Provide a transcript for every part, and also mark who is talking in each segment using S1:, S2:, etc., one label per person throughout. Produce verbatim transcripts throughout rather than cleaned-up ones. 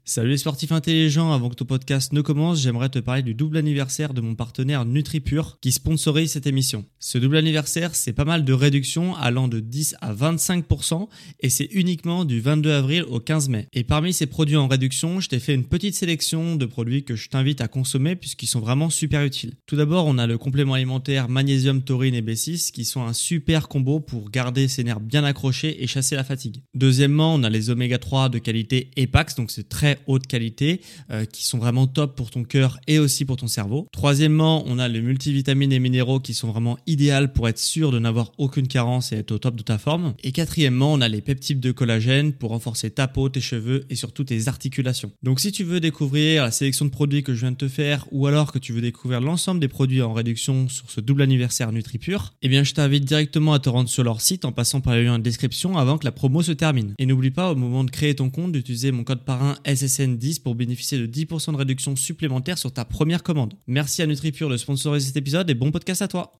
S1: Salut les sportifs intelligents, avant que ton podcast ne commence, j'aimerais te parler du double anniversaire de mon partenaire NutriPure qui sponsorise cette émission. Ce double anniversaire, c'est pas mal de réductions allant de dix à vingt-cinq pour cent et c'est uniquement du vingt-deux avril au quinze mai. Et parmi ces produits en réduction, je t'ai fait une petite sélection de produits que je t'invite à consommer puisqu'ils sont vraiment super utiles. Tout d'abord, on a le complément alimentaire magnésium, taurine et B six qui sont un super combo pour garder ses nerfs bien accrochés et chasser la fatigue. Deuxièmement, on a les oméga trois de qualité Epax, donc c'est très haute qualité euh, qui sont vraiment top pour ton cœur et aussi pour ton cerveau. Troisièmement, on a les multivitamines et minéraux qui sont vraiment idéales pour être sûr de n'avoir aucune carence et être au top de ta forme. Et quatrièmement, on a les peptides de collagène pour renforcer ta peau, tes cheveux et surtout tes articulations. Donc si tu veux découvrir la sélection de produits que je viens de te faire ou alors que tu veux découvrir l'ensemble des produits en réduction sur ce double anniversaire NutriPure, eh bien je t'invite directement à te rendre sur leur site en passant par le lien de description avant que la promo se termine. Et n'oublie pas au moment de créer ton compte d'utiliser mon code parrain S S N dix pour bénéficier de dix pour cent de réduction supplémentaire sur ta première commande. Merci à NutriPure de sponsoriser cet épisode et bon podcast à toi.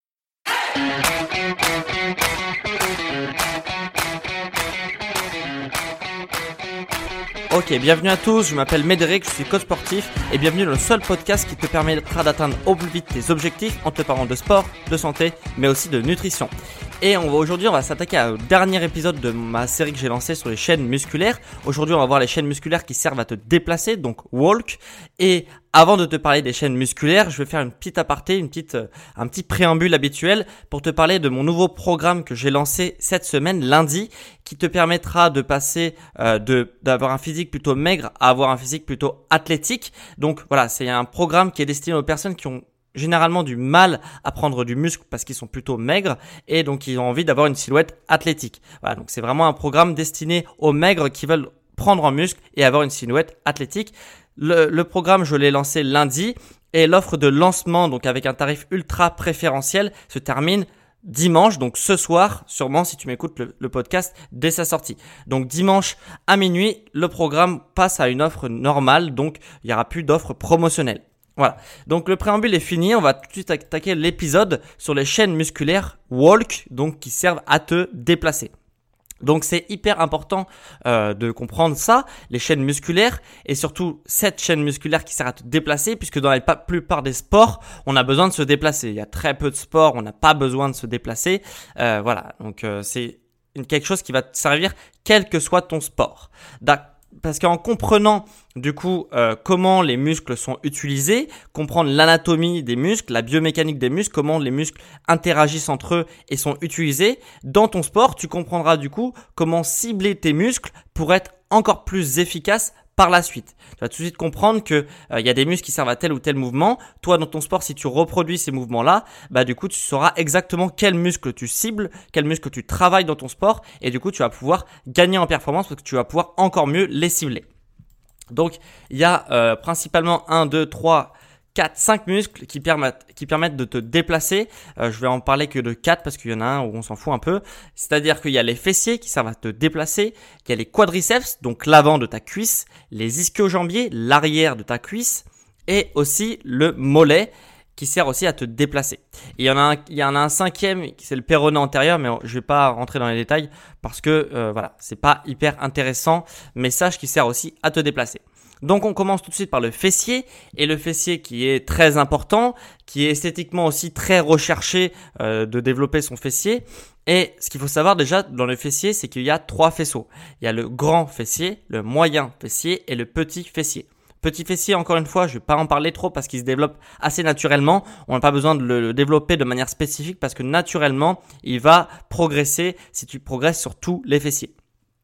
S2: Ok, bienvenue à tous, je m'appelle Médéric, je suis coach sportif et bienvenue dans le seul podcast qui te permettra d'atteindre au plus vite tes objectifs en te parlant de sport, de santé, mais aussi de nutrition. Et on va, aujourd'hui, on va s'attaquer au dernier épisode de ma série que j'ai lancée sur les chaînes musculaires. Aujourd'hui, on va voir les chaînes musculaires qui servent à te déplacer, donc walk. Et avant de te parler des chaînes musculaires, je vais faire une petite aparté, une petite, un petit préambule habituel pour te parler de mon nouveau programme que j'ai lancé cette semaine, lundi, qui te permettra de passer euh, de d'avoir un physique plutôt maigre à avoir un physique plutôt athlétique. Donc voilà, c'est un programme qui est destiné aux personnes qui ont généralement du mal à prendre du muscle parce qu'ils sont plutôt maigres et donc ils ont envie d'avoir une silhouette athlétique. Voilà, donc c'est vraiment un programme destiné aux maigres qui veulent prendre en muscle et avoir une silhouette athlétique. Le, le programme, je l'ai lancé lundi et l'offre de lancement, donc avec un tarif ultra préférentiel, se termine dimanche, donc ce soir, sûrement si tu m'écoutes le, le podcast dès sa sortie. Donc dimanche à minuit, le programme passe à une offre normale, donc il n'y aura plus d'offre promotionnelle. Voilà, donc le préambule est fini, on va tout de suite attaquer l'épisode sur les chaînes musculaires walk, donc qui servent à te déplacer. Donc c'est hyper important euh, de comprendre ça, les chaînes musculaires et surtout cette chaîne musculaire qui sert à te déplacer puisque dans la plupart des sports, on a besoin de se déplacer. Il y a très peu de sports, on n'a pas besoin de se déplacer. Euh, voilà, donc euh, c'est une, quelque chose qui va te servir quel que soit ton sport. D'accord. Parce qu'en comprenant du coup euh, comment les muscles sont utilisés, comprendre l'anatomie des muscles, la biomécanique des muscles, comment les muscles interagissent entre eux et sont utilisés dans ton sport, tu comprendras du coup comment cibler tes muscles pour être encore plus efficace par la suite. Tu vas tout de suite comprendre que euh, y a des muscles qui servent à tel ou tel mouvement. Toi, dans ton sport, si tu reproduis ces mouvements-là, bah du coup, tu sauras exactement quel muscle tu cibles, quel muscle tu travailles dans ton sport, et du coup, tu vas pouvoir gagner en performance parce que tu vas pouvoir encore mieux les cibler. Donc, il y a euh, principalement un, deux, trois, quatre, cinq muscles qui permettent, qui permettent de te déplacer. Euh, je vais en parler que de quatre parce qu'il y en a un où on s'en fout un peu. C'est-à-dire qu'il y a les fessiers qui servent à te déplacer. Il y a les quadriceps, donc l'avant de ta cuisse. Les ischio-jambiers, l'arrière de ta cuisse. Et aussi le mollet qui sert aussi à te déplacer. Et il y en a un, il y en a un cinquième, c'est le péroné antérieur, mais je vais pas rentrer dans les détails parce que euh, voilà, c'est pas hyper intéressant. Mais sache qu'il sert aussi à te déplacer. Donc on commence tout de suite par le fessier et le fessier qui est très important, qui est esthétiquement aussi très recherché euh, de développer son fessier. Et ce qu'il faut savoir déjà dans le fessier, c'est qu'il y a trois faisceaux. Il y a le grand fessier, le moyen fessier et le petit fessier. Petit fessier, encore une fois, je ne vais pas en parler trop parce qu'il se développe assez naturellement. On n'a pas besoin de le développer de manière spécifique parce que naturellement, il va progresser si tu progresses sur tous les fessiers.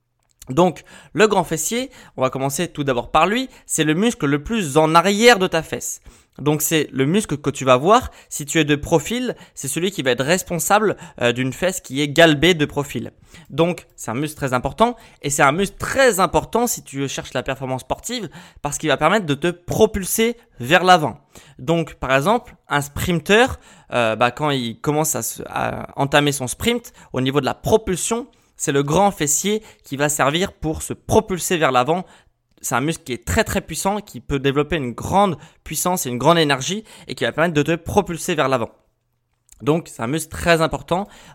S2: Donc, le grand fessier, on va commencer tout d'abord par lui, c'est le muscle le plus en arrière de ta fesse. Donc, c'est le muscle que tu vas voir. Si tu es de profil, c'est celui qui va être responsable euh, d'une fesse qui est galbée de profil. Donc, c'est un muscle très important et c'est un muscle très important si tu cherches la performance sportive parce qu'il va permettre de te propulser vers l'avant. Donc, par exemple, un sprinter, euh, bah, quand il commence à, se, à entamer son sprint, au niveau de la propulsion, c'est le grand fessier qui va servir pour se propulser vers l'avant. C'est un muscle qui est très très puissant, qui peut développer une grande puissance et une grande énergie et qui va permettre de te propulser vers l'avant. Donc c'est un muscle très important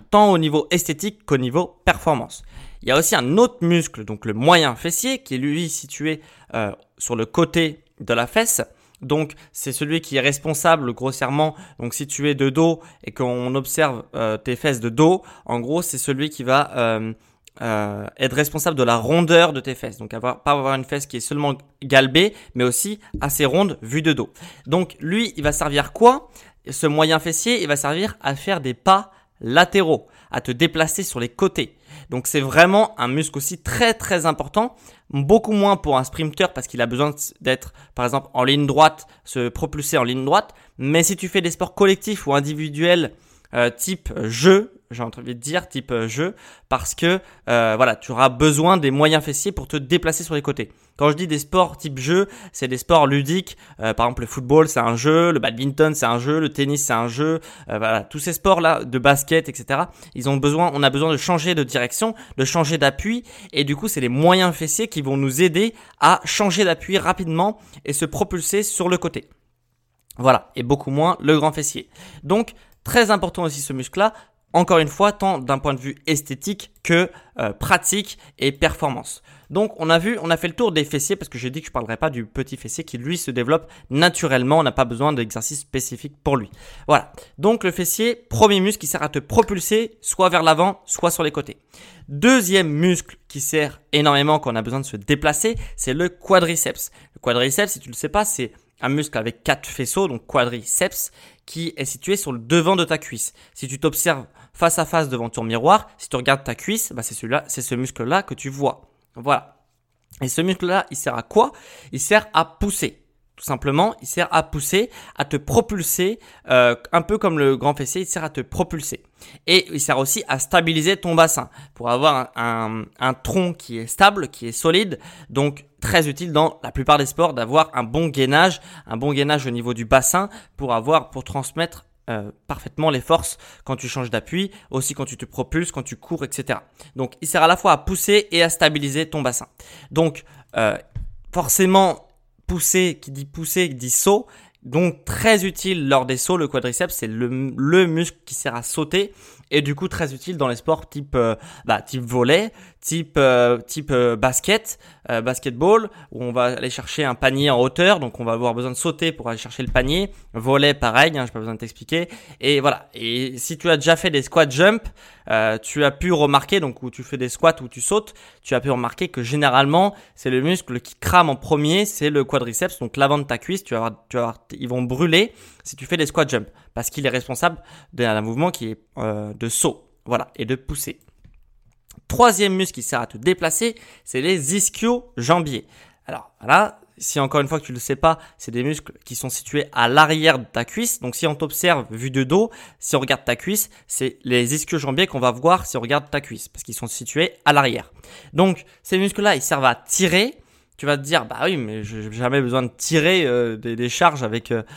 S2: tant au niveau esthétique qu'au niveau performance. Il y a aussi un autre muscle, donc le moyen fessier, qui est lui situé euh, sur le côté de la fesse. Donc, c'est celui qui est responsable grossièrement. Donc, si tu es de dos et qu'on observe euh, tes fesses de dos, en gros, c'est celui qui va euh, euh, être responsable de la rondeur de tes fesses. Donc, avoir, pas avoir une fesse qui est seulement galbée, mais aussi assez ronde vue de dos. Donc, lui, il va servir quoi? Ce moyen fessier, il va servir à faire des pas latéraux, à te déplacer sur les côtés. Donc, c'est vraiment un muscle aussi très, très important. Beaucoup moins pour un sprinter parce qu'il a besoin d'être, par exemple, en ligne droite, se propulser en ligne droite. Mais si tu fais des sports collectifs ou individuels euh, type jeu, j'ai envie de dire type euh, jeu, parce que euh, voilà, tu auras besoin des moyens fessiers pour te déplacer sur les côtés. Quand je dis des sports type jeu, c'est des sports ludiques. Euh, par exemple, le football, c'est un jeu, le badminton, c'est un jeu, le tennis, c'est un jeu. Euh, voilà, tous ces sports-là, de basket, et cetera. Ils ont besoin, on a besoin de changer de direction, de changer d'appui, et du coup, c'est les moyens fessiers qui vont nous aider à changer d'appui rapidement et se propulser sur le côté. Voilà, et beaucoup moins le grand fessier. Donc, très important aussi ce muscle-là. Encore une fois, tant d'un point de vue esthétique que euh, pratique et performance. Donc, on a vu, on a fait le tour des fessiers parce que j'ai dit que je parlerai pas du petit fessier qui lui se développe naturellement. On n'a pas besoin d'exercice spécifique pour lui. Voilà. Donc, le fessier, premier muscle qui sert à te propulser soit vers l'avant, soit sur les côtés. Deuxième muscle qui sert énormément quand on a besoin de se déplacer, c'est le quadriceps. Le quadriceps, si tu le sais pas, c'est un muscle avec quatre faisceaux, donc quadriceps, qui est situé sur le devant de ta cuisse. Si tu t'observes face à face devant ton miroir, si tu regardes ta cuisse, bah c'est celui-là, c'est ce muscle-là que tu vois. Voilà. Et ce muscle-là, il sert à quoi? Il sert à pousser. Tout simplement, il sert à pousser, à te propulser, euh, un peu comme le grand fessier, il sert à te propulser. Et il sert aussi à stabiliser ton bassin pour avoir un, un, un tronc qui est stable, qui est solide. Donc, très utile dans la plupart des sports d'avoir un bon gainage, un bon gainage au niveau du bassin pour avoir, pour transmettre euh, parfaitement les forces quand tu changes d'appui, aussi quand tu te propulses, quand tu cours, et cetera. Donc, il sert à la fois à pousser et à stabiliser ton bassin. Donc, euh, forcément, pousser, qui dit pousser, qui dit saut. Donc, très utile lors des sauts. Le quadriceps, c'est le, le muscle qui sert à sauter. Et du coup, très utile dans les sports type, euh, bah, type volley, type, euh, type euh, basket, euh, basketball, où on va aller chercher un panier en hauteur. Donc, on va avoir besoin de sauter pour aller chercher le panier. Volley, pareil, hein, j'ai pas besoin de t'expliquer. Et voilà. Et si tu as déjà fait des squat jump, euh, tu as pu remarquer, donc où tu fais des squats, où tu sautes, tu as pu remarquer que généralement, c'est le muscle qui crame en premier, c'est le quadriceps, donc l'avant de ta cuisse. Tu vas avoir, tu vas avoir, ils vont brûler si tu fais des squat jump, parce qu'il est responsable d'un mouvement qui est euh, de saut, voilà, et de pousser. Troisième muscle qui sert à te déplacer, c'est les ischio-jambiers. Alors voilà, si encore une fois que tu ne le sais pas, c'est des muscles qui sont situés à l'arrière de ta cuisse. Donc si on t'observe vu de dos, si on regarde ta cuisse, c'est les ischio-jambiers qu'on va voir si on regarde ta cuisse, parce qu'ils sont situés à l'arrière. Donc ces muscles-là, ils servent à tirer. Tu vas te dire, bah oui, mais je n'ai jamais besoin de tirer euh, des, des charges avec euh,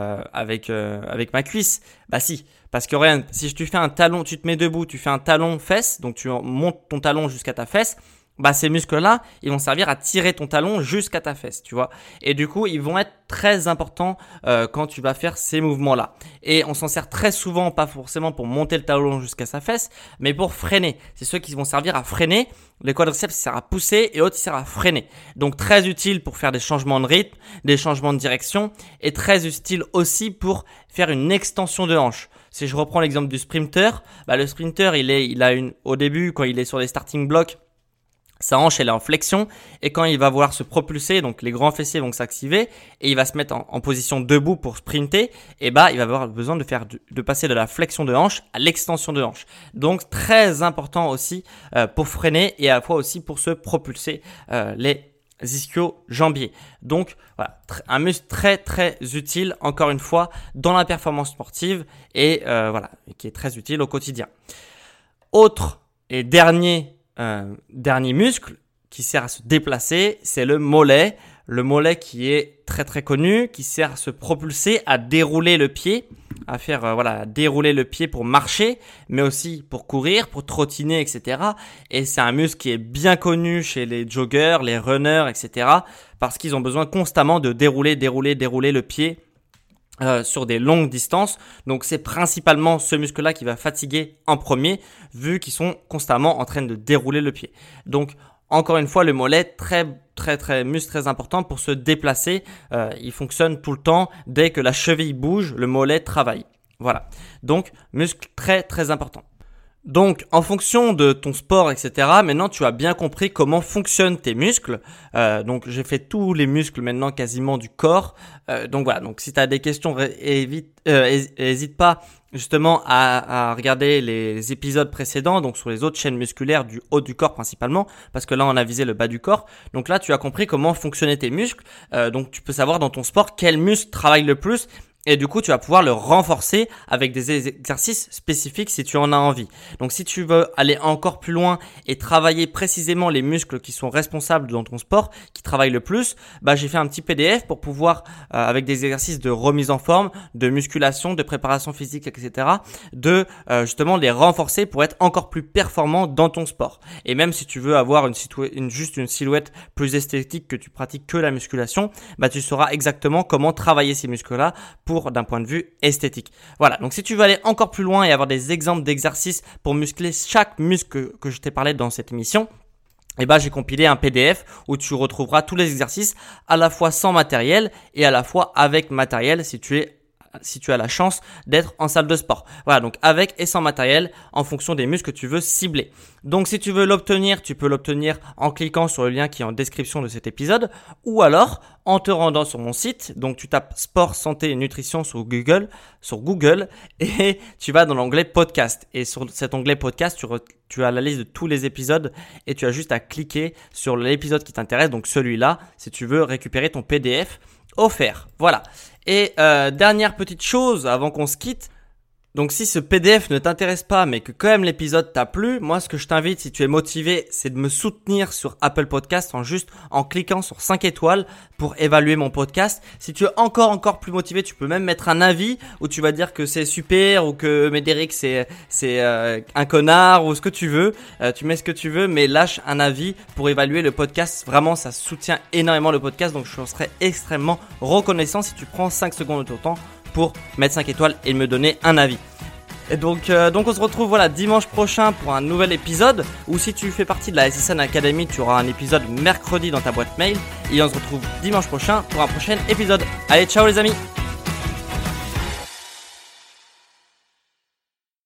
S2: avec euh, avec ma cuisse. Bah si, parce que rien, si tu fais un talon, tu te mets debout, tu fais un talon fesse, donc tu montes ton talon jusqu'à ta fesse. Bah ces muscles-là, ils vont servir à tirer ton talon jusqu'à ta fesse, tu vois. Et du coup, ils vont être très importants euh, quand tu vas faire ces mouvements-là. Et on s'en sert très souvent, pas forcément pour monter le talon jusqu'à sa fesse, mais pour freiner. C'est ceux qui vont servir à freiner. Les quadriceps, ils servent à pousser et l'autre, ils servent à freiner. Donc très utile pour faire des changements de rythme, des changements de direction, et très utile aussi pour faire une extension de hanche. Si je reprends l'exemple du sprinter, bah le sprinter, il est, il a une, au début, quand il est sur les starting blocks, sa hanche elle est en flexion et quand il va vouloir se propulser, donc les grands fessiers vont s'activer et il va se mettre en, en position debout pour sprinter, et bah il va avoir besoin de faire du, de passer de la flexion de hanche à l'extension de hanche. Donc très important aussi euh, pour freiner et à la fois aussi pour se propulser euh, les ischio-jambiers. Donc voilà, tr- un muscle très très utile encore une fois dans la performance sportive et euh, voilà, qui est très utile au quotidien. Autre et dernier Euh, dernier muscle qui sert à se déplacer, c'est le mollet. Le mollet qui est très très connu, qui sert à se propulser, à dérouler le pied, à faire euh, voilà, dérouler le pied pour marcher, mais aussi pour courir, pour trottiner, et cetera. Et c'est un muscle qui est bien connu chez les joggers, les runners, et cetera. Parce qu'ils ont besoin constamment de dérouler, dérouler, dérouler le pied Euh, sur des longues distances. Donc c'est principalement ce muscle-là qui va fatiguer en premier, vu qu'ils sont constamment en train de dérouler le pied. Donc encore une fois, le mollet, très très très muscle très important pour se déplacer. Euh, il fonctionne tout le temps. Dès que la cheville bouge, le mollet travaille. Voilà. Donc muscle très très important. Donc, en fonction de ton sport, et cetera, maintenant, tu as bien compris comment fonctionnent tes muscles. Euh, donc, j'ai fait tous les muscles maintenant quasiment du corps. Euh, donc, voilà. Donc, si tu as des questions, évite, euh, hésite pas justement à, à regarder les épisodes précédents, donc sur les autres chaînes musculaires du haut du corps principalement, parce que là, on a visé le bas du corps. Donc là, tu as compris comment fonctionnaient tes muscles. Euh, donc, tu peux savoir dans ton sport quel muscle travaille le plus. Et du coup, tu vas pouvoir le renforcer avec des exercices spécifiques si tu en as envie. Donc, si tu veux aller encore plus loin et travailler précisément les muscles qui sont responsables dans ton sport, qui travaillent le plus, bah, j'ai fait un petit P D F pour pouvoir, euh, avec des exercices de remise en forme, de musculation, de préparation physique, et cetera, de euh, justement les renforcer pour être encore plus performant dans ton sport. Et même si tu veux avoir une, situa- une juste une silhouette plus esthétique, que tu pratiques que la musculation, bah, tu sauras exactement comment travailler ces muscles-là pour d'un point de vue esthétique. Voilà, donc si tu veux aller encore plus loin et avoir des exemples d'exercices pour muscler chaque muscle que, que je t'ai parlé dans cette émission, eh ben, j'ai compilé un P D F où tu retrouveras tous les exercices à la fois sans matériel et à la fois avec matériel si tu es si tu as la chance d'être en salle de sport. Voilà, donc avec et sans matériel en fonction des muscles que tu veux cibler. Donc si tu veux l'obtenir, tu peux l'obtenir en cliquant sur le lien qui est en description de cet épisode ou alors en te rendant sur mon site. Donc tu tapes sport, santé et nutrition sur Google, sur Google et tu vas dans l'onglet podcast. Et sur cet onglet podcast, tu, re- tu as la liste de tous les épisodes et tu as juste à cliquer sur l'épisode qui t'intéresse, donc celui-là, si tu veux récupérer ton P D F offert. Voilà. Et euh, dernière petite chose avant qu'on se quitte. Donc si ce P D F ne t'intéresse pas mais que quand même l'épisode t'a plu, moi ce que je t'invite si tu es motivé, c'est de me soutenir sur Apple Podcast en juste en cliquant sur cinq étoiles pour évaluer mon podcast. Si tu es encore encore plus motivé, tu peux même mettre un avis où tu vas dire que c'est super ou que Médéric c'est c'est euh, un connard ou ce que tu veux. Euh, tu mets ce que tu veux mais lâche un avis pour évaluer le podcast. Vraiment ça soutient énormément le podcast donc je serais extrêmement reconnaissant si tu prends cinq secondes de ton temps pour mettre cinq étoiles et me donner un avis. Et donc, euh, donc on se retrouve voilà dimanche prochain pour un nouvel épisode. Ou si tu fais partie de la S S N Academy, tu auras un épisode mercredi dans ta boîte mail. Et on se retrouve dimanche prochain pour un prochain épisode. Allez, ciao les amis!